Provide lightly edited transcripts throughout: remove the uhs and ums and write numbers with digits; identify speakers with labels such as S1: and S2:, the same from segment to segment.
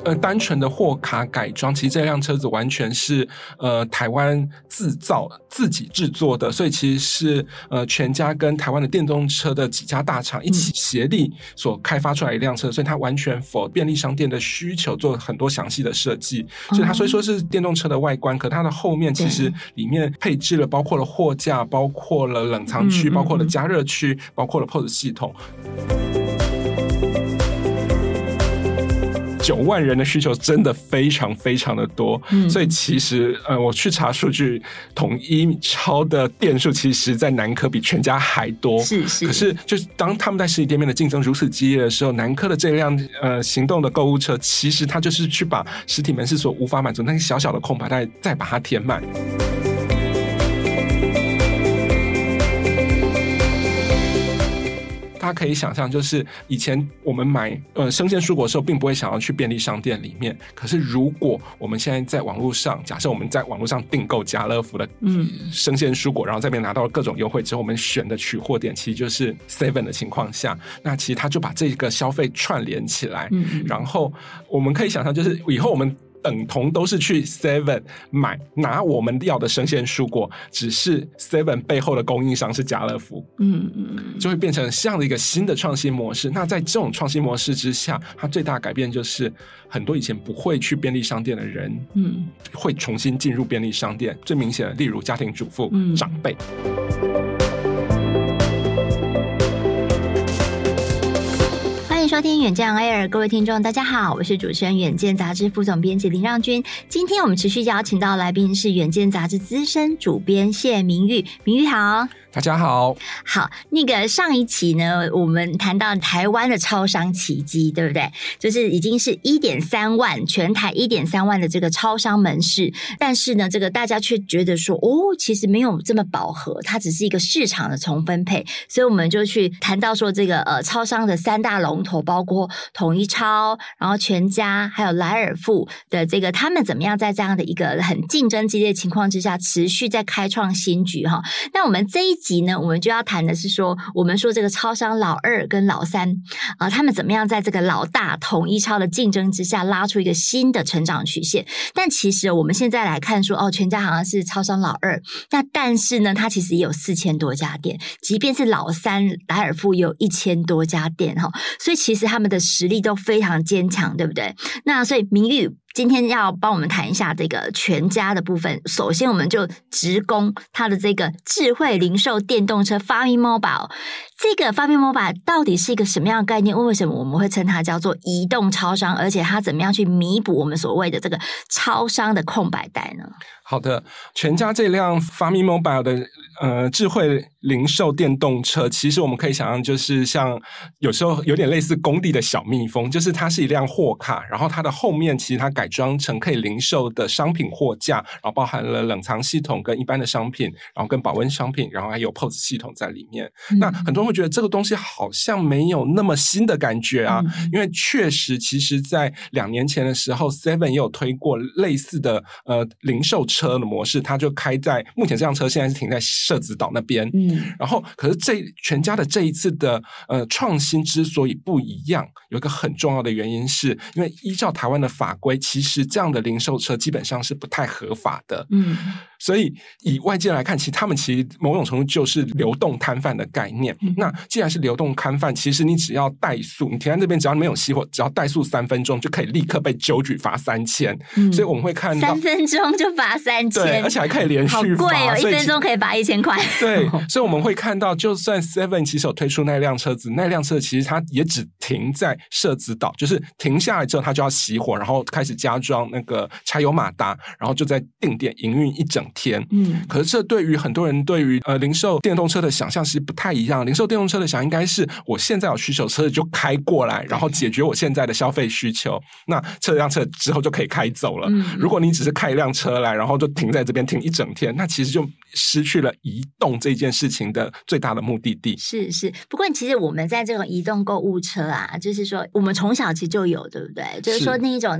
S1: 单纯的货卡改装，其实这辆车子完全是台湾自造自己制作的，所以其实是全家跟台湾的电动车的几家大厂一起协力所开发出来一辆车，所以它完全符便利商店的需求，做很多详细的设计。所以它虽说是电动车的外观，可它的后面其实里面配置了包括了货架，包括了冷藏区，包括了加热区，包括了 POS 系统。9万人的需求真的非常非常的多，所以其实我去查数据，统一超的店数其实在南科比全家还多，是。可是就是当他们在实体店面的竞争如此激烈的时候，南科的这辆行动的购物车，其实它就是去把实体门市所无法满足那个小小的空白，再把它填满。大家可以想象，就是以前我们买生鲜蔬果的时候，并不会想要去便利商店里面。可是如果我们现在在网络上，假设我们在网络上订购家乐福的生鲜蔬果，然后这边拿到了各种优惠之后，我们选的取货点其实就是 Seven 的情况下，那其实他就把这个消费串联起来，然后我们可以想象，就是以后我们等同都是去 Seven 拿我们要的生鲜蔬果，只是 Seven 背后的供应商是家乐福，就会变成这样的一个新的创新模式。那在这种创新模式之下，它最大的改变就是很多以前不会去便利商店的人，会重新进入便利商店。最明显的，例如家庭主妇、长辈。
S2: 欢迎收听远见 Air， 各位听众大家好，我是主持人远见杂志副总编辑林让均。今天我们持续邀请到来宾是远见杂志资深主编谢明玉，明玉好。
S1: 大家好。
S2: 好，那个上一期呢，我们谈到台湾的超商奇迹，对不对？就是已经是 1.3 万，全台 1.3 万的这个超商门市，但是呢，这个大家却觉得说，其实没有这么饱和，它只是一个市场的重分配，所以我们就去谈到说，这个超商的3大龙头，包括统一超，然后全家，还有莱尔富的这个，他们怎么样在这样的一个很竞争激烈的情况之下，持续在开创新局哈。那我们这一集呢，我们就要谈的是说，我们说这个超商老二跟老三他们怎么样在这个老大统一超的竞争之下拉出一个新的成长曲线。但其实我们现在来看说，全家好像是超商老二，那但是呢，它其实也有4000多家店，即便是老三莱尔富也有1000多家店哈，所以其实他们的实力都非常坚强，对不对？那所以明玉今天要帮我们谈一下这个全家的部分。首先我们就直攻它的这个智慧零售电动车 FamiMobile。 这个 FamiMobile 到底是一个什么样的概念？为什么我们会称它叫做移动超商？而且它怎么样去弥补我们所谓的这个超商的空白带呢？
S1: 好的，全家这辆 FamiMobile 的智慧零售电动车，其实我们可以想象，就是像有时候有点类似工地的小蜜蜂，就是它是一辆货卡，然后它的后面其实它改装成可以零售的商品货架，然后包含了冷藏系统跟一般的商品，然后跟保温商品，然后还有 POS 系统在里面。那很多人会觉得这个东西好像没有那么新的感觉啊，因为确实其实在2年前的时候 Seven 也有推过类似的零售车的模式，它就开在目前这辆车现在是停在社子岛那边，然后可是全家的这一次的创新之所以不一样，有一个很重要的原因是因为依照台湾的法规，其实这样的零售车基本上是不太合法的，所以以外界来看，他们其实某种程度就是流动摊贩的概念。那既然是流动摊贩，其实你只要怠速，你停在这边只要没有熄火，只要怠速3分钟就可以立刻被纠举罚3000。所以我们会看到
S2: 3分钟就罚3000，
S1: 对，而且还可以连续罚，好
S2: 贵哦，1分钟可以罚1000块。
S1: 对，所以我们会看到，就算 Seven 其实有推出那辆车子，那辆车其实它也只停在社子岛，就是停下来之后它就要熄火，然后开始加装那个柴油马达，然后就在定点营运1整天。可是这对于很多人对于零售电动车的想象是不太一样。零售电动车的想应该是我现在有需求，车子就开过来，然后解决我现在的消费需求，那这辆车之后就可以开走了。如果你只是开一辆车来，然后就停在这边停1整天，那其实就失去了移动这件事情的最大的目的地。
S2: 是，不过其实我们在这种移动购物车啊，就是说我们从小其实就有，对不对？就是说那一种的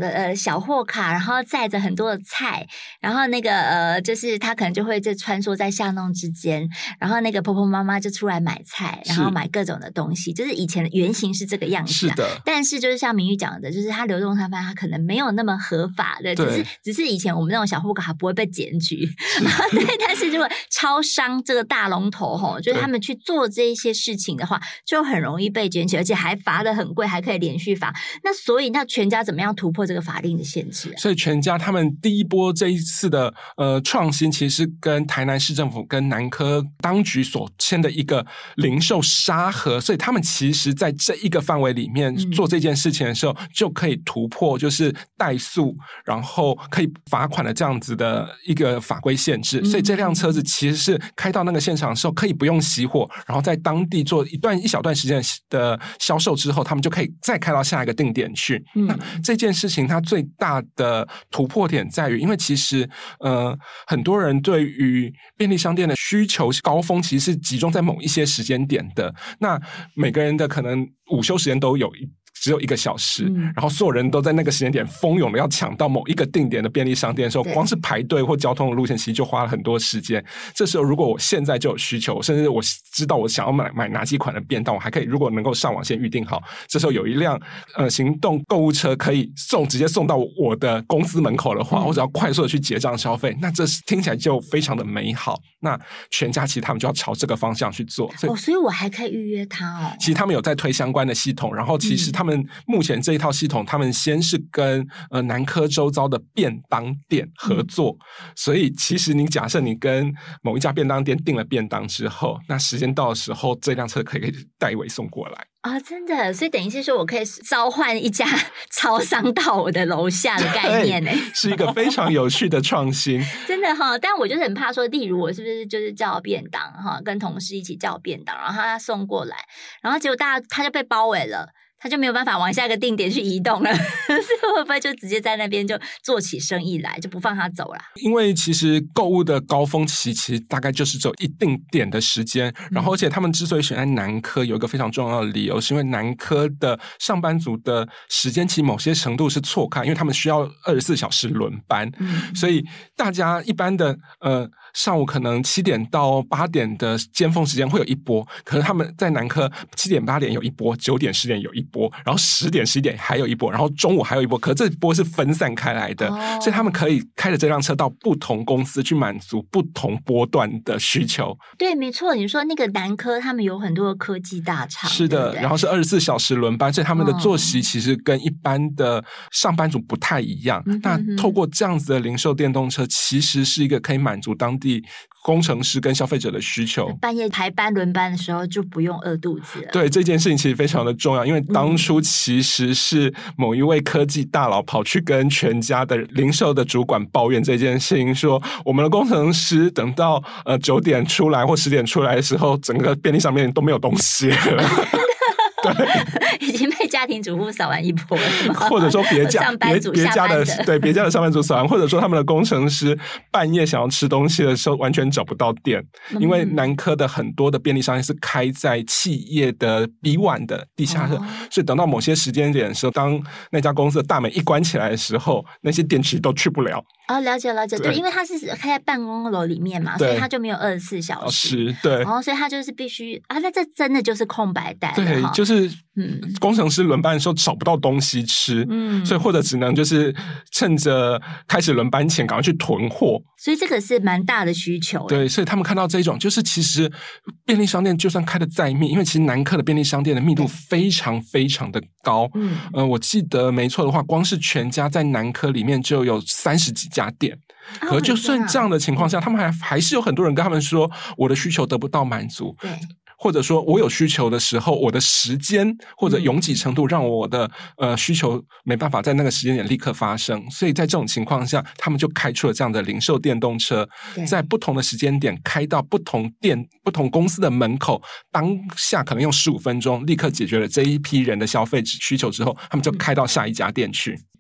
S2: 小货卡，然后载着很多的菜，然后那个就是他可能就会就穿梭在巷弄之间，然后那个婆婆妈妈就出来买菜，然后买各种的东西，就是以前的原型是这个样子。
S1: 是的，
S2: 但是就是像明玉讲的，就是它流动摊贩它可能没有那么合法的，只是以前我们那种小货卡不会被检举，对。但是如果超商这个大龙头吼，就是他们去做这一些事情的话，就很容易被检举，而且还罚得很贵，还可以连续罚。那所以那全家怎么样突破这个法令的限制
S1: 所以全家他们第一波这一次的创新，其实是跟台南市政府跟南科当局所签的一个零售沙盒，所以他们其实在这一个范围里面做这件事情的时候，就可以突破就是怠速，然后可以罚款的这样子的一个法规限制。所以这辆车子其实是开到那个现场的时候，可以不用熄火，然后在当地做一小段时间的销售之后，他们就可以再开到下一个定点去。那这件事情它最大的突破点在于，因为其实很多人对于便利商店的需求高峰其实是集中在某一些时间点的，那每个人的可能午休时间都只有1个小时，然后所有人都在那个时间点蜂拥的要抢到某一个定点的便利商店的时候，光是排队或交通的路线其实就花了很多时间。这时候如果我现在就有需求，甚至我知道我想要买哪几款的便当，我还可以如果能够上网先预定好，这时候有一辆行动购物车可以直接送到我的公司门口的话，我只要快速的去结账消费，那这听起来就非常的美好。那全家其实他们就要朝这个方向去做，
S2: 所以我还可以预约它哦。
S1: 其实他们有在推相关的系统，然后其实他们目前这一套系统，他们先是跟南科周遭的便当店合作，所以其实你假设你跟某一家便当店订了便当之后，那时间到的时候，这辆车可以代为送过来。
S2: 真的，所以等于是说我可以召唤一家超商到我的楼下的概念呢，
S1: 是一个非常有趣的创新。
S2: 真的哈，但我就是很怕说，例如我是不是就是叫便当哈，跟同事一起叫便当，然后他送过来，然后结果他就被包围了。他就没有办法往下一个定点去移动了，所以会不会就直接在那边就做起生意来，就不放他走了？
S1: 因为其实购物的高峰期其实大概就是只有一定点的时间，然后而且他们之所以选在南科，有一个非常重要的理由，是因为南科的上班族的时间其实某些程度是错开，因为他们需要24小时轮班，所以大家一般的上午可能7点到8点的尖峰时间会有一波，可是他们在南科7点8点有一波，9点10点有一波，然后10点11点还有一波，然后中午还有一波，可是这波是分散开来的，所以他们可以开着这辆车到不同公司去满足不同波段的需求。
S2: 对，没错，你说那个南科他们有很多的科技大厂，
S1: 是的，然后是24小时轮班，所以他们的作息其实跟一般的上班族不太一样。那透过这样子的零售电动车，其实是一个可以满足当地工程师跟消费者的需求，
S2: 半夜排班轮班的时候就不用饿肚子了。
S1: 对，这件事情其实非常的重要，因为当初其实是某一位科技大佬跑去跟全家的零售的主管抱怨这件事情，说我们的工程师等到9点出来或10点出来的时候，整个便利商店都没有东西了。
S2: 对，已经被家庭主妇扫完一波了吗？
S1: 或者说别家的对别家的上班族扫完，或者说他们的工程师半夜想要吃东西的时候完全找不到店，因为南科的很多的便利商店是开在企业的 B1 的地下室，所以等到某些时间点的时候，当那家公司的大门一关起来的时候，那些店其实都去不了。
S2: 了解，对，因为它是开在办公楼里面嘛，所以它就没有24小时，
S1: 对，
S2: 所以它就是必须那这真的就是空白带，
S1: 对，就是工程师轮班的时候找不到东西吃，所以或者只能就是趁着开始轮班前赶快去囤货，
S2: 所以这个是蛮大的需求。
S1: 对，所以他们看到这种，就是其实便利商店就算开的再密，因为其实南科的便利商店的密度非常非常的高，我记得没错的话，光是全家在南科里面就有30几家店。可就算这样的情况下，他们还是有很多人跟他们说，我的需求得不到满足，或者说我有需求的时候，我的时间或者拥挤程度让我的需求没办法在那个时间点立刻发生，所以在这种情况下，他们就开出了这样的零售电动车，在不同的时间点开到不同店、不同公司的门口，当下可能用15分钟立刻解决了这一批人的消费需求之后，他们就开到下一家店去。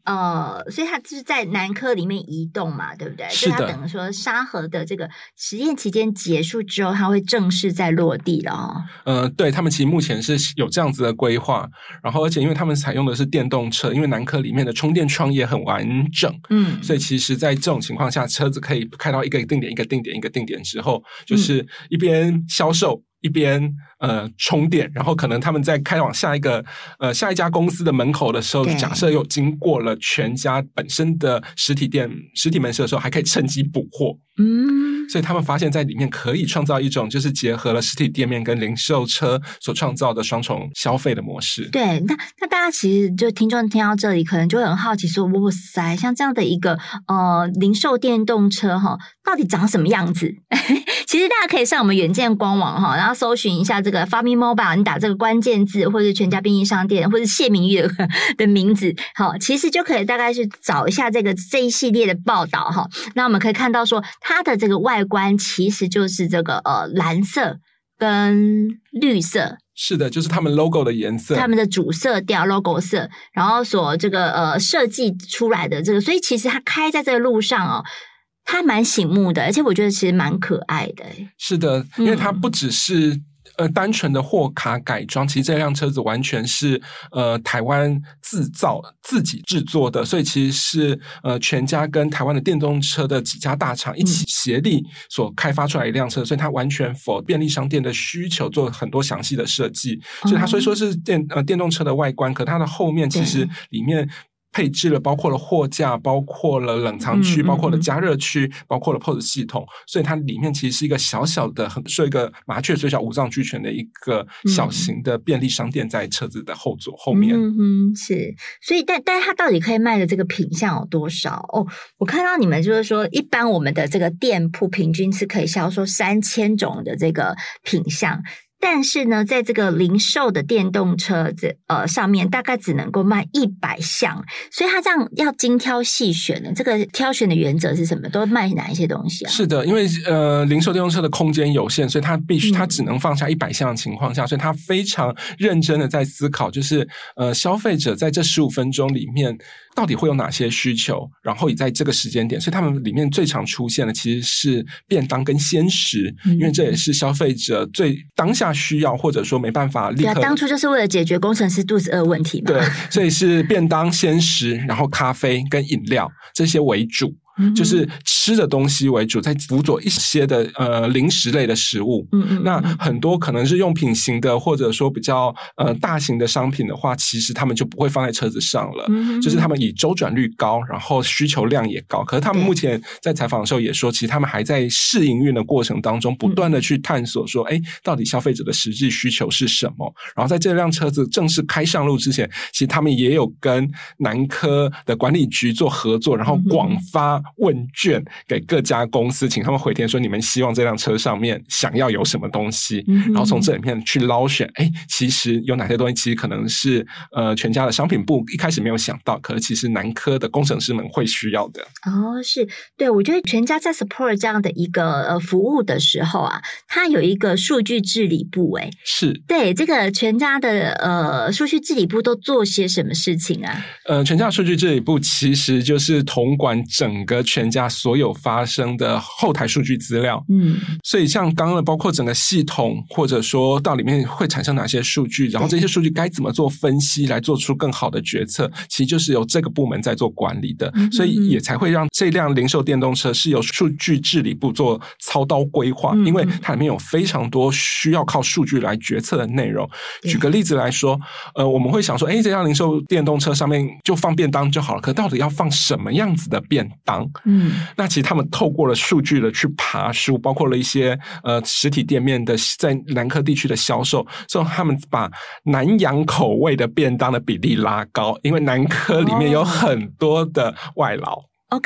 S2: 所以它就是在南科里面移动嘛，对不对？
S1: 是的，
S2: 所以它等于说沙盒的这个实验期间结束之后，它会正式在落地了哦。
S1: 对，他们其实目前是有这样子的规划，然后而且因为他们采用的是电动车，因为南科里面的充电桩也很完整，所以其实在这种情况下，车子可以开到一个定点、一个定点、一个定点之后，就是一边销售。一边充电，然后可能他们在开往下一家公司的门口的时候，假设有经过了全家本身的实体门市的时候，还可以趁机补货。所以他们发现在里面可以创造一种就是结合了实体店面跟零售车所创造的双重消费的模式。
S2: 对，那大家其实就听众听到这里，可能就会很好奇说，哇塞，像这样的一个零售电动车到底长什么样子？其实大家可以上我们远见官网然后搜寻一下这个 Fami Mobile， 你打这个关键字，或者全家便利商店，或者谢明玉的名字，其实就可以大概去找一下这一系列的报道那我们可以看到说，它的这个外观其实就是这个蓝色跟绿色。
S1: 是的，就是他们 logo 的颜色，
S2: 他们的主色调 logo 色，然后所这个设计出来的这个，所以其实它开在这个路上它蛮醒目的，而且我觉得其实蛮可爱的。
S1: 是的，因为它不只是单纯的货卡改装，其实这辆车子完全是台湾自己制作的，所以其实是全家跟台湾的电动车的几家大厂一起协力所开发出来一辆车，所以它完全符合便利商店的需求，做很多详细的设计。所以它虽说是电动车的外观，可它的后面其实里面配置了包括了货架，包括了冷藏区，包括了加热区，包括了 POS 系统，所以它里面其实是一个小小的说一个麻雀虽小五脏俱全的一个小型的便利商店在车子的后面。
S2: 是，所以但它到底可以卖的这个品项有多少我看到你们就是说，一般我们的这个店铺平均是可以销售3000种的这个品项，但是呢，在这个零售的电动车上面，大概只能够卖100项，所以它这样要精挑细选的。这个挑选的原则是什么？都卖哪一些东西啊？
S1: 是的，因为零售电动车的空间有限，所以它它只能放下100项的情况下，所以它非常认真的在思考，就是消费者在这15分钟里面到底会有哪些需求，然后也在这个时间点，所以他们里面最常出现的其实是便当跟鲜食，因为这也是消费者最当下需要，或者说没办法立刻。
S2: 当初就是为了解决工程师肚子饿问题嘛。
S1: 对，所以是便当、鲜食，然后咖啡跟饮料这些为主。就是吃的东西为主，再辅佐一些的零食类的食物。那很多可能是用品型的，或者说比较大型的商品的话，其实他们就不会放在车子上了。就是他们以周转率高，然后需求量也高。可是他们目前在采访的时候也说，其实他们还在试营运的过程当中，不断的去探索说，到底消费者的实际需求是什么？然后在这辆车子正式开上路之前，其实他们也有跟南科的管理局做合作，然后广发问卷给各家公司，请他们回填说你们希望这辆车上面想要有什么东西，然后从这里面去捞选。其实有哪些东西其实可能是全家的商品部一开始没有想到，可是其实南科的工程师们会需要的。
S2: 是，对，我觉得全家在 support 这样的一个服务的时候啊，它有一个数据治理部。
S1: 是，
S2: 对，这个全家的数据治理部都做些什么事情啊？
S1: 全家数据治理部其实就是统管整个全家所有发生的后台数据资料。所以像刚刚的包括整个系统，或者说到里面会产生哪些数据，然后这些数据该怎么做分析来做出更好的决策，其实就是由这个部门在做管理的。所以也才会让这辆零售电动车是由数据治理部做操刀规划，因为它里面有非常多需要靠数据来决策的内容。举个例子来说，我们会想说这辆零售电动车上面就放便当就好了，可到底要放什么样子的便当？那其实他们透过了数据的去爬梳，包括了一些实体店面的在南科地区的销售，所以他们把南洋口味的便当的比例拉高，因为南科里面有很多的外劳。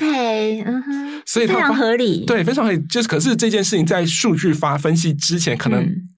S2: OK，
S1: 所以
S2: 非常合理。
S1: 对，非常合理。可是这件事情在数据分析之前，可能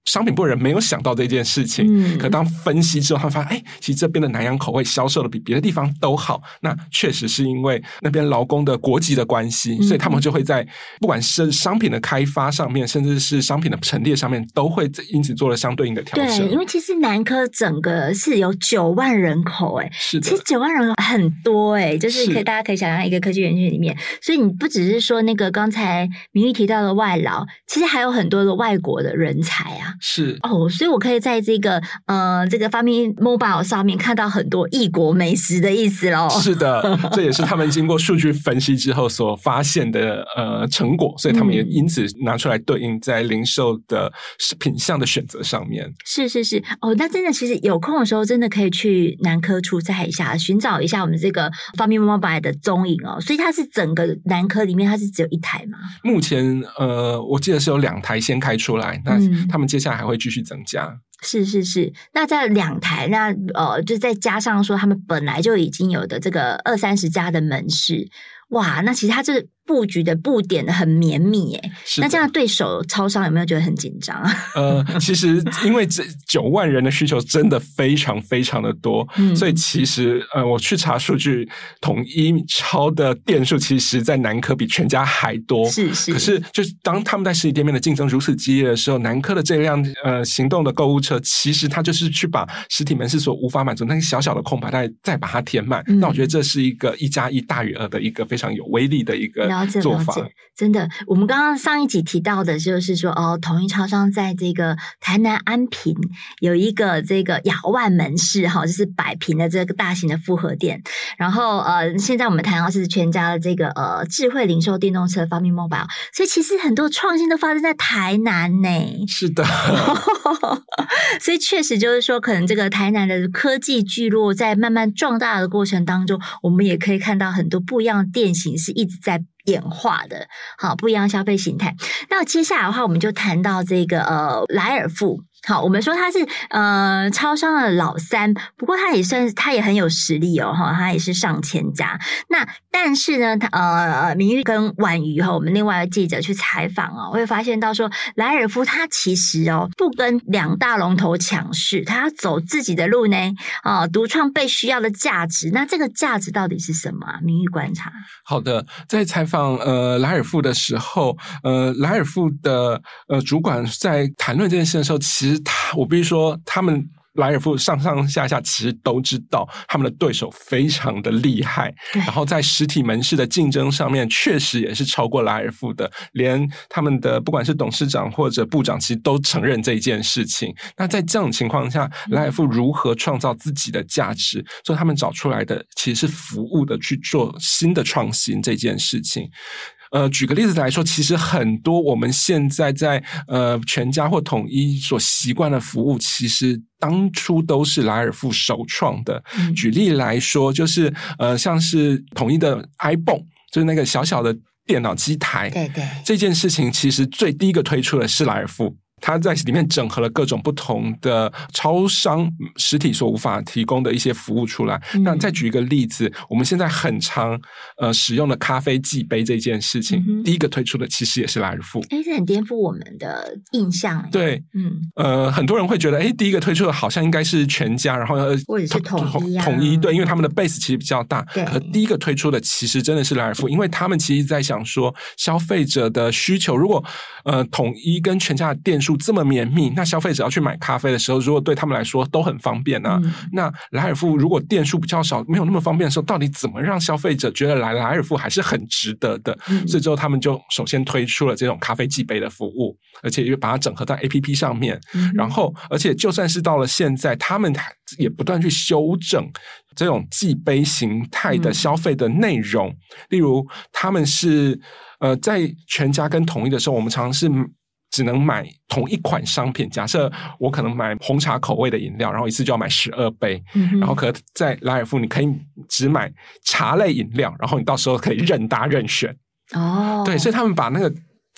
S1: 商品部的人没有想到这件事情，可当分析之后，他们发现，其实这边的南洋口味销售的比别的地方都好。那确实是因为那边劳工的国籍的关系，所以他们就会在不管是商品的开发上面，甚至是商品的陈列上面，都会因此做了相对应的调整。
S2: 对，因为其实南科整个是有9万人口，
S1: 是的，
S2: 其实9万人很多，就是大家可以想象一个科技园区里面，所以你不只是说那个刚才明玉提到的外劳，其实还有很多的外国的人才啊。
S1: 是
S2: 所以我可以在这个Farming Mobile 上面看到很多异国美食的意思咯。
S1: 是的，这也是他们经过数据分析之后所发现的成果，所以他们也因此拿出来对应在零售的品项的选择上面。
S2: 是那真的其实有空的时候真的可以去南科出差一下，寻找一下我们这个 Farming Mobile 的踪影所以它是整个南科里面它是只有1台吗？
S1: 目前我记得是有2台先开出来，那他们接下来还会继续增加。
S2: 是，那在2台，那就再加上说他们本来就已经有的这个20-30家的门市，哇，那其实它这个布局的布点的很绵密耶。那这样对手超商有没有觉得很紧张？
S1: 其实因为这9万人的需求真的非常非常的多，所以其实我去查数据，统一超的店数其实在南科比全家还多。
S2: 是，
S1: 可是就是当他们在实体店面的竞争如此激烈的时候，南科的这辆行动的购物车，其实它就是去把实体门市所无法满足那个小小的空白再把它填满。那我觉得这是一个1+1大于2的一个非常有威力的一个做法。
S2: 真的，我们刚刚上一集提到的就是说统一超商在这个台南安平有一个这个亚万门市就是100平的这个大型的复合店。然后现在我们谈到是全家的这个智慧零售电动车 Farming Mobile， 所以其实很多创新都发生在台南呢。
S1: 是的
S2: 所以确实就是说，可能这个台南的科技聚落在慢慢壮大的过程当中，我们也可以看到很多不一样的店型是一直在演化的，好，不一样消费形态。那接下来的话，我们就谈到这个莱尔富。好，我们说他是超商的老三，不过他也很有实力他也是上千家。那但是呢，明玉跟婉瑜我们另外的记者去采访会发现到说，莱尔富他其实不跟2大龙头抢势，他要走自己的路呢，独创被需要的价值。那这个价值到底是什么明玉观察。
S1: 好的，在采访莱尔富的时候，莱尔富的主管在谈论这件事的时候，其实我必须说，他们莱尔富上上下下其实都知道他们的对手非常的厉害，然后在实体门市的竞争上面确实也是超过莱尔富的，连他们的不管是董事长或者部长其实都承认这一件事情。那在这种情况下，莱尔富如何创造自己的价值，所以他们找出来的其实是服务的去做新的创新这件事情。举个例子来说，其实很多我们现在在全家或统一所习惯的服务，其实当初都是莱尔富首创的。举例来说，就是像是统一的 iPhone， 就是那个小小的电脑机台，
S2: 对，
S1: 这件事情其实第一个推出的是莱尔富。它在里面整合了各种不同的超商实体所无法提供的一些服务出来。那再举一个例子，我们现在很常使用的咖啡寄杯这件事情，第一个推出的其实也是莱尔富。
S2: 这很颠覆我们的印象。
S1: 对，很多人会觉得，第一个推出的好像应该是全家，然后
S2: 或者是
S1: 统一，对，因为他们的 base 其实比较大。可第一个推出的其实真的是莱尔富，因为他们其实在想说，消费者的需求，如果统一跟全家的店数这么绵密，那消费者要去买咖啡的时候，如果对他们来说都很方便啊。那莱尔富如果店数比较少，没有那么方便的时候，到底怎么让消费者觉得来莱尔富还是很值得的？所以之后他们就首先推出了这种咖啡寄杯的服务，而且又把它整合在 APP 上面。然后，而且就算是到了现在，他们也不断去修正这种寄杯形态的消费的内容。例如，他们是在全家跟统一的时候，我们常常是只能买同一款商品。假设我可能买红茶口味的饮料，然后一次就要买12杯，然后可在莱尔富你可以只买茶类饮料，然后你到时候可以任搭任选。对，所以他们把那个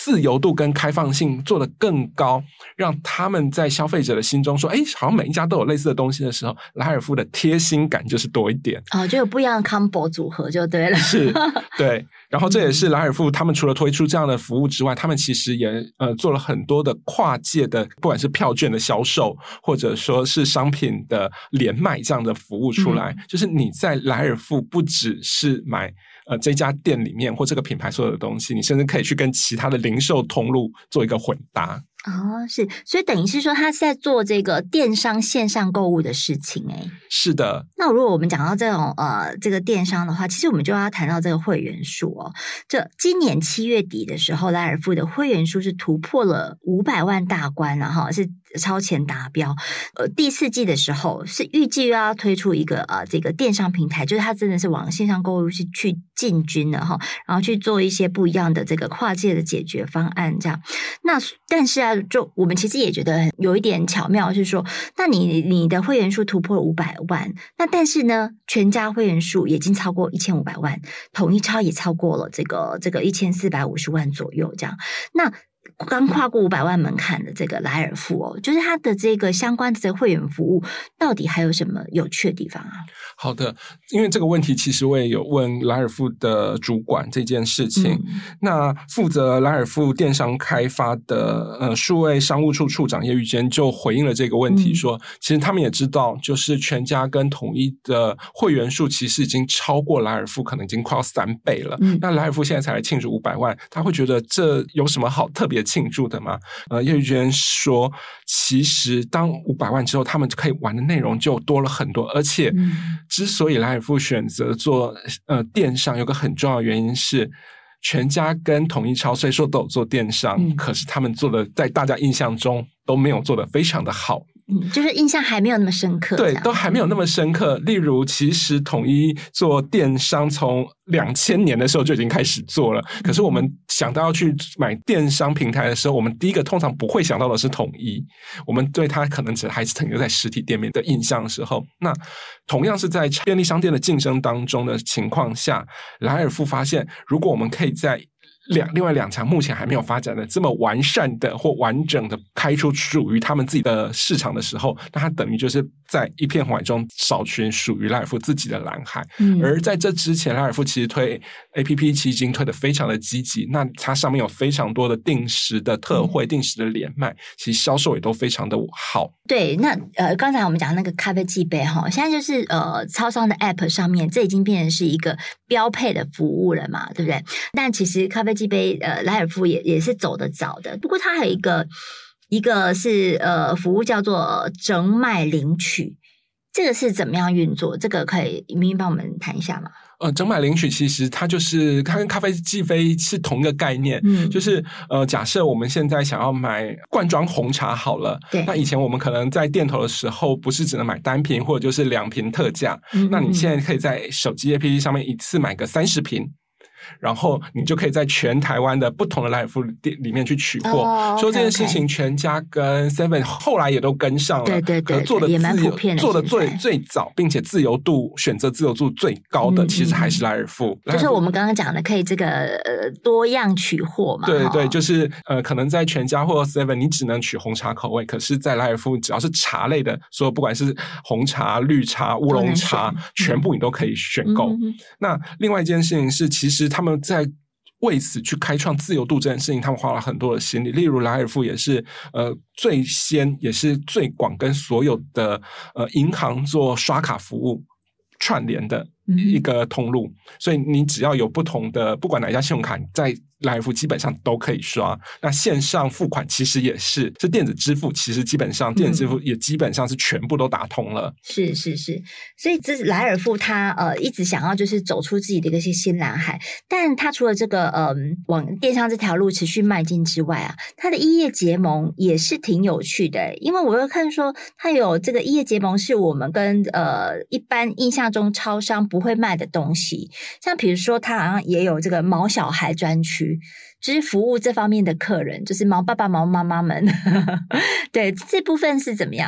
S1: 自由度跟开放性做得更高，让他们在消费者的心中说好像每一家都有类似的东西的时候，莱尔富的贴心感就是多一点
S2: 就有不一样的 combo 组合就对了。
S1: 是，对。然后这也是莱尔富他们除了推出这样的服务之外，他们其实也做了很多的跨界的，不管是票券的销售或者说是商品的连卖这样的服务出来，就是你在莱尔富不只是买这家店里面或这个品牌所有的东西，你甚至可以去跟其他的零售通路做一个混搭。
S2: 是，所以等于是说他是在做这个电商线上购物的事情
S1: 是的。
S2: 那如果我们讲到这种这个电商的话，其实我们就要谈到这个会员数这今年7月底的时候，莱尔富的会员数是突破了500万大关了是超前达标。第4季的时候是预计要推出一个这个电商平台，就是它真的是往线上购物去进军了然后去做一些不一样的这个跨界的解决方案这样。那但是就我们其实也觉得有一点巧妙，是说那你的会员数突破了500万，那但是呢全家会员数已经超过1500万，统一超也超过了这个1450万左右这样。那刚跨过500万门槛的这个莱尔富就是它的这个相关的这个会员服务到底还有什么有趣的地方
S1: 好的，因为这个问题其实我也有问莱尔富的主管这件事情。那负责莱尔富电商开发的数位商务处处长叶玉坚就回应了这个问题说，其实他们也知道就是全家跟统一的会员数其实已经超过莱尔富，可能已经快要3倍了。那莱尔富现在才来庆祝500万，他会觉得这有什么好特别庆祝的吗？叶玉坚说其实当500万之后，他们可以玩的内容就多了很多，而且之所以莱尔富选择做电商，有个很重要的原因是全家跟统一超虽说都有做电商，可是他们做的在大家印象中都没有做得非常的好。
S2: 就是印象还没有那么深刻。
S1: 对，都还没有那么深刻。例如其实统一做电商从2000年的时候就已经开始做了，可是我们想到要去买电商平台的时候，我们第一个通常不会想到的是统一，我们对它可能还是停留在实体店面的印象的时候。那同样是在便利商店的竞争当中的情况下，莱尔富发现如果我们可以在另外2家目前还没有发展的这么完善的或完整的开出属于他们自己的市场的时候，那它等于就是在一片红海中找寻属于莱尔富自己的蓝海。而在这之前，莱尔富其实推 APP 其实已经推得非常的积极，那它上面有非常多的定时的特惠、定时的连卖，其实销售也都非常的好。
S2: 对，那刚才我们讲那个咖啡机杯现在就是超商的 App 上面，这已经变成是一个标配的服务了嘛，对不对？但其实咖啡机杯莱尔富也是走得早的，不过它还有一个是服务叫做整买领取，这个是怎么样运作？这个可以明明帮我们谈一下吗？
S1: 整买领取其实它跟咖啡机杯是同一个概念，就是假设我们现在想要买罐装红茶好了，
S2: 对，
S1: 那以前我们可能在店头的时候不是只能买单瓶或者就是2瓶特价，那你现在可以在手机 APP 上面一次买个30瓶。然后你就可以在全台湾的不同的莱尔富店里面去取货。说这件事情，全家跟 Seven 后来也都跟上了，
S2: 对，
S1: 做的
S2: 也蛮普遍的，
S1: 做的最早，并且选择自由度最高的，其实还是莱尔富。
S2: 就是我们刚刚讲的，可以这个多样取货嘛。
S1: 对，就是可能在全家或 Seven 你只能取红茶口味，可是在莱尔富只要是茶类的，所有不管是红茶、绿茶、乌龙茶，全部你都可以选购。那另外一件事情是，其实他们在为此去开创自由度这件事情，他们花了很多的心力。例如莱尔富也是最先也是最广跟所有的银行做刷卡服务串联的一个通路，所以你只要有不同的，不管哪一家信用卡，在莱尔富基本上都可以刷。那线上付款其实也是电子支付，其实基本上电子支付也基本上是全部都打通了。
S2: 是，所以这是莱尔富他一直想要就是走出自己的一个新蓝海，但他除了这个往电商这条路持续迈进之外他的异业结盟也是挺有趣的。因为我又看说他有这个异业结盟是我们跟一般印象中超商不会卖的东西，像比如说他好像也有这个毛小孩专区，就是服务这方面的客人，就是毛爸爸毛妈妈们对，这部分是怎么样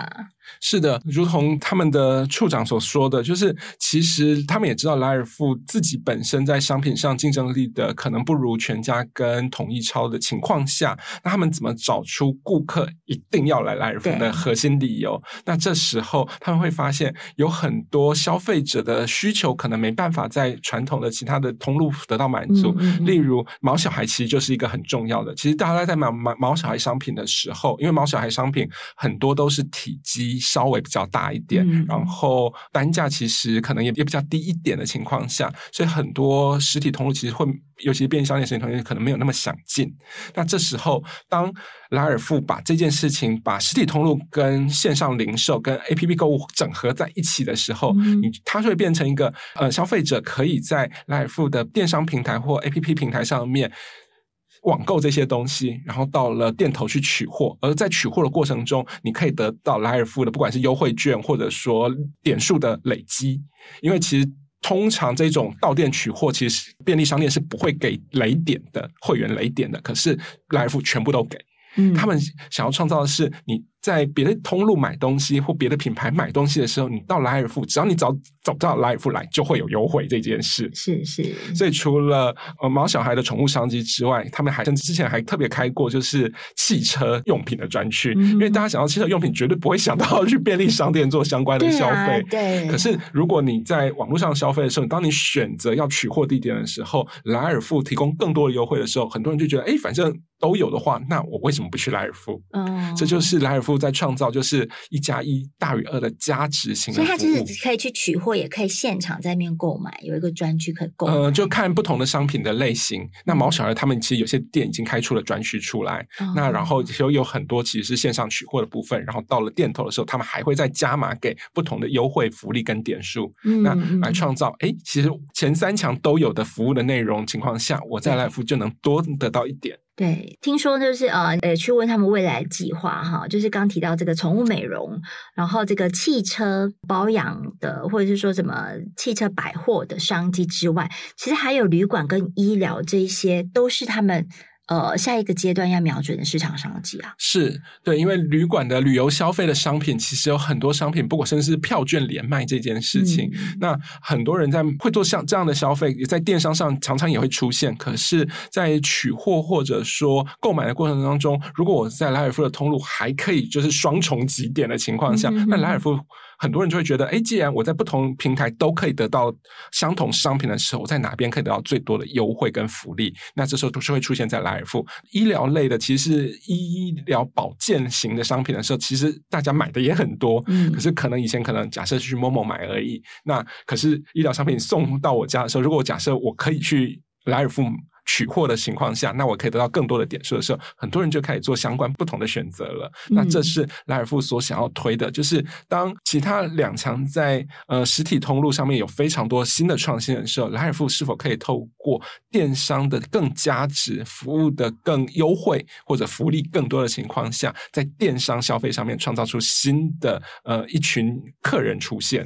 S1: 是的，如同他们的处长所说的，就是其实他们也知道莱尔富自己本身在商品上竞争力的可能不如全家跟统一超的情况下，那他们怎么找出顾客一定要来莱尔富的核心理由？那这时候他们会发现有很多消费者的需求可能没办法在传统的其他的通路得到满足，例如毛小孩其实就是一个很重要的。其实大家在买毛小孩商品的时候，因为毛小孩商品很多都是体积稍微比较大一点，然后单价其实可能也比较低一点的情况下，所以很多实体通路其实会，尤其是便利商店实体通路可能没有那么想进。那这时候当莱尔富把这件事情把实体通路跟线上零售跟 APP 购物整合在一起的时候，它会变成一个消费者可以在莱尔富的电商平台或 APP 平台上面网购这些东西，然后到了店头去取货，而在取货的过程中你可以得到莱尔富的不管是优惠券或者说点数的累积。因为其实通常这种到店取货，其实便利商店是不会给雷点的，会员雷点的，可是莱尔富全部都给。他们想要创造的是你在别的通路买东西或别的品牌买东西的时候，你到莱尔富，只要你走到莱尔富来就会有优惠这件事。
S2: 是。
S1: 所以除了毛小孩的宠物商机之外，他们还之前还特别开过就是汽车用品的专区，因为大家想到汽车用品绝对不会想到去便利商店做相关的消费。
S2: 对。
S1: 可是如果你在网络上消费的时候，当你选择要取货地点的时候，莱尔富提供更多的优惠的时候，很多人就觉得反正都有的话，那我为什么不去莱尔富？这就是莱尔富在创造就是1+1大于2的价值型的服务。所以它
S2: 就是可以去取货，也可以现场在那边购买，有一个专区可以购买。
S1: 就看不同的商品的类型。那毛小孩他们其实有些店已经开出了专区出来，那然后有很多其实是线上取货的部分，然后到了店头的时候，他们还会再加码给不同的优惠福利跟点数，那来创造其实前3强都有的服务的内容情况下，我在莱尔富就能多得到一点。
S2: 对，听说就是去问他们未来计划哈，就是刚提到这个宠物美容，然后这个汽车保养的，或者是说什么汽车百货的商机之外，其实还有旅馆跟医疗这一些，都是他们下一个阶段要瞄准的市场商机啊。
S1: 是，对，因为旅馆的旅游消费的商品其实有很多商品，不管甚至是票券连卖这件事情，那很多人会做像这样的消费，在电商上常常也会出现，可是在取货或者说购买的过程当中，如果我在莱尔富的通路还可以就是双重集点的情况下，那莱尔富很多人就会觉得既然我在不同平台都可以得到相同商品的时候，我在哪边可以得到最多的优惠跟福利，那这时候都是会出现在莱尔富。医疗类的其实是医疗保健型的商品的时候，其实大家买的也很多，可是可能以前假设去某某买而已，那可是医疗商品送到我家的时候，如果假设我可以去莱尔富取货的情况下，那我可以得到更多的点数的时候，很多人就开始做相关不同的选择了。那这是莱尔富所想要推的，就是当其他2强在实体通路上面有非常多新的创新的时候，莱尔富是否可以透过电商的更加值、服务的更优惠或者福利更多的情况下，在电商消费上面创造出新的一群客人出现。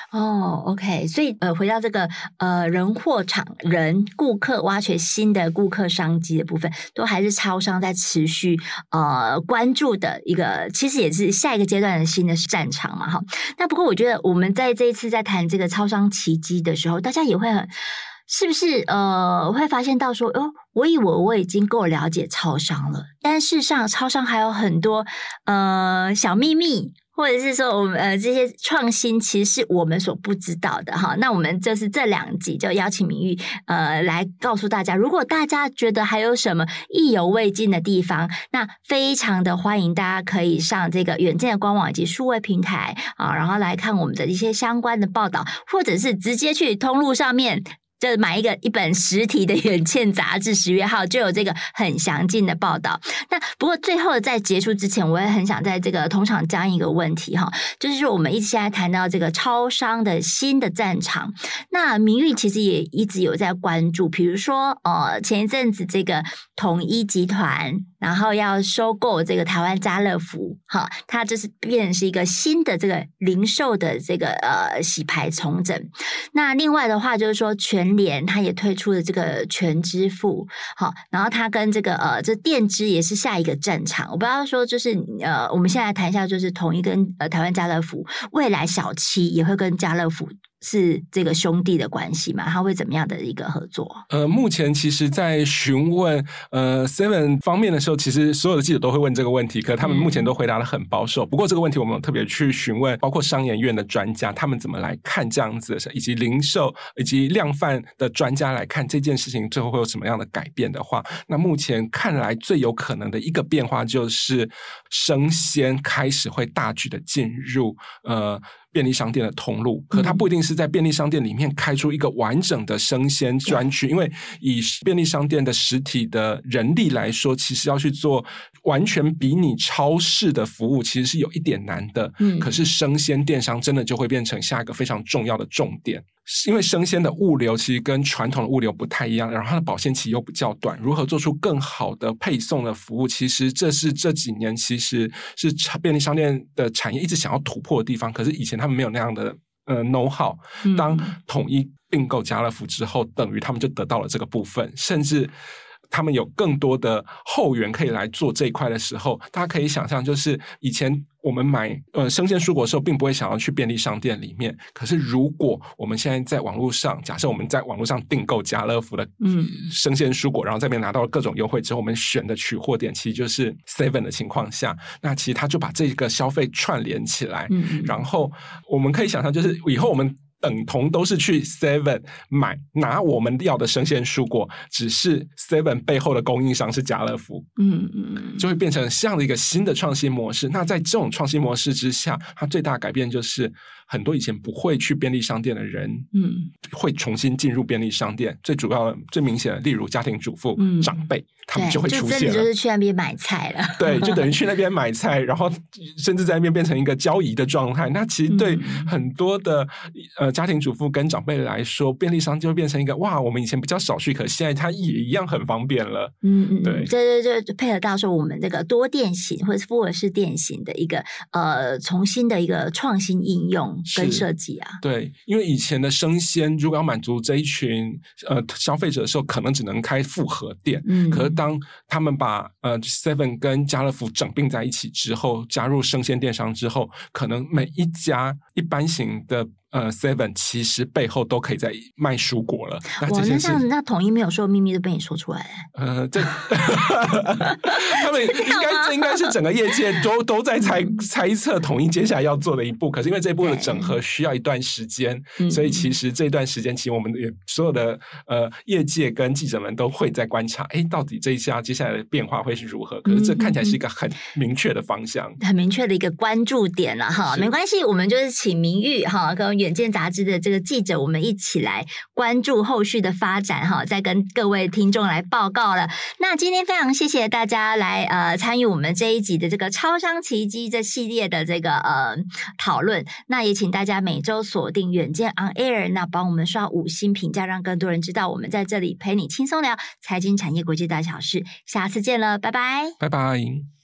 S2: OK， 所以回到这个人货场顾客挖掘新的顾客商机的部分，都还是超商在持续关注的一个，其实也是下一个阶段的新的战场嘛哈。那不过我觉得我们在这一次在谈这个超商奇迹的时候，大家也会是不是会发现到说我以为我已经够了解超商了，但事实上超商还有很多小秘密，或者是说我们这些创新其实是我们所不知道的哈。那我们就是这2集就邀请明玉来告诉大家，如果大家觉得还有什么意犹未尽的地方，那非常的欢迎大家可以上这个远见的官网以及数位平台然后来看我们的一些相关的报道，或者是直接去通路上面就买一本实体的远见杂志，10月号就有这个很详尽的报道。那不过最后在结束之前，我也很想在这个同场讲一个问题哈，就是说我们现在谈到这个超商的新的战场，那明玉其实也一直有在关注，比如说前一阵子这个统一集团然后要收购这个台湾家乐福，哈，它就是变成是一个新的这个零售的这个洗牌重整。那另外的话就是说全联它也推出了这个全支付，好，然后它跟这个这电支也是下一个战场。我不知道说就是我们现在谈一下，就是统一跟台湾家乐福，未来小七也会跟家乐福是这个兄弟的关系嘛？他会怎么样的一个合作？
S1: 目前其实在询问Seven 方面的时候，其实所有的记者都会问这个问题，可他们目前都回答得很保守。不过这个问题我们有特别去询问包括商研院的专家，他们怎么来看这样子的事，以及零售以及量贩的专家来看这件事情最后会有什么样的改变的话，那目前看来最有可能的一个变化就是生鲜开始会大举的进入便利商店的通路，可它不一定是在便利商店里面开出一个完整的生鲜专区，因为以便利商店的实体的人力来说，其实要去做完全比拟超市的服务，其实是有一点难的。可是生鲜电商真的就会变成下一个非常重要的重点。因为生鲜的物流其实跟传统的物流不太一样，然后它的保鲜期又比较短，如何做出更好的配送的服务，其实这是这几年其实是便利商店的产业一直想要突破的地方，可是以前他们没有那样的know how。当统一并购家乐福之后，等于他们就得到了这个部分，甚至他们有更多的后援可以来做这一块的时候，大家可以想象，就是以前我们买生鲜蔬果的时候，并不会想要去便利商店里面。可是如果我们现在在网络上，假设我们在网络上订购家乐福的生鲜蔬果，然后在那边拿到了各种优惠之后，我们选的取货点其实就是 Seven 的情况下，那其实他就把这个消费串联起来，然后我们可以想象，就是以后我们等同都是去 Seven 拿我们要的生鲜蔬果，只是 Seven 背后的供应商是家乐福，就会变成这样的一个新的创新模式。那在这种创新模式之下，它最大的改变就是很多以前不会去便利商店的人，会重新进入便利商店。最主要的、最明显的，例如家庭主妇、长辈，他们就会出现了，
S2: 就真的就是去那边买菜了。
S1: 对，就等于去那边买菜，然后甚至在那边变成一个交易的状态。那其实对很多的家庭主妇跟长辈来说，便利商店就会变成一个哇，我们以前比较少去，可是现在它也一样很方便了。对，
S2: 这就配合到说我们这个多店型或者是复合式店型的一个重新的一个创新应用跟设计啊。
S1: 对，因为以前的生鲜如果要满足这一群消费者的时候，可能只能开复合店。可是当他们把Seven 跟家乐福整并在一起之后，加入生鲜电商之后，可能每一家一般型的Seven 其实背后都可以在卖蔬果了。
S2: 那统一没有说秘密都被你说出来了。
S1: 他们应该是整个业界都在猜测统一接下来要做的一步。可是因为这一步的整合需要一段时间，所以其实这段时间其实我们也所有的业界跟记者们都会在观察，到底这一下接下来的变化会是如何？可是这看起来是一个很明确的方向，
S2: 很明确的一个关注点了哈。没关系，我们就是请明玉哈跟远见杂志的这个记者，我们一起来关注后续的发展哈，再跟各位听众来报告了。那今天非常谢谢大家来参与我们这一集的这个超商奇迹这系列的这个讨论。那也请大家每周锁定远见 On Air， 那帮我们刷5星评价，让更多人知道我们在这里陪你轻松聊财经产业国际大小事。下次见了，拜拜，
S1: 拜拜。